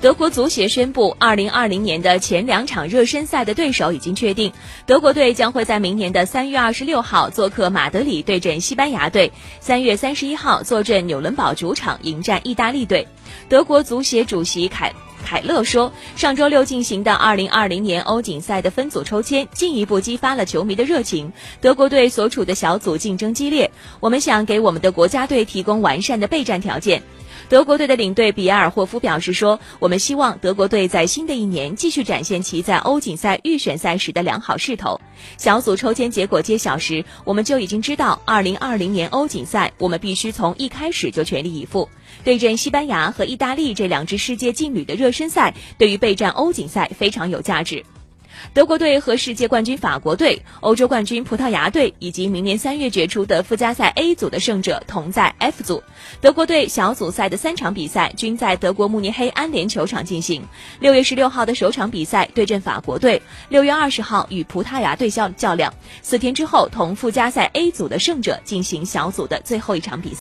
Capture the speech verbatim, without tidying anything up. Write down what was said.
德国足协宣布，二零二零年的前两场热身赛的对手已经确定。德国队将会在明年的三月二十六号做客马德里对阵西班牙队，三月三十一号坐镇纽伦堡主场迎战意大利队。德国足协主席凯凯勒说，上周六进行的二零二零年欧锦赛的分组抽签进一步激发了球迷的热情。德国队所处的小组竞争激烈，我们想给我们的国家队提供完善的备战条件。德国队的领队比埃尔霍夫表示说，我们希望德国队在新的一年继续展现其在欧锦赛预选赛时的良好势头。小组抽签结果揭晓时，我们就已经知道二零二零年欧锦赛我们必须从一开始就全力以赴。对阵西班牙和意大利这两支世界劲旅的热身赛，对于备战欧锦赛非常有价值。德国队和世界冠军法国队、欧洲冠军葡萄牙队以及明年三月决出的附加赛 A 组的胜者同在 F 组。德国队小组赛的三场比赛均在德国慕尼黑安联球场进行。六月十六号的首场比赛对阵法国队，六月二十号与葡萄牙队较较量，四天之后同附加赛 A 组的胜者进行小组的最后一场比赛。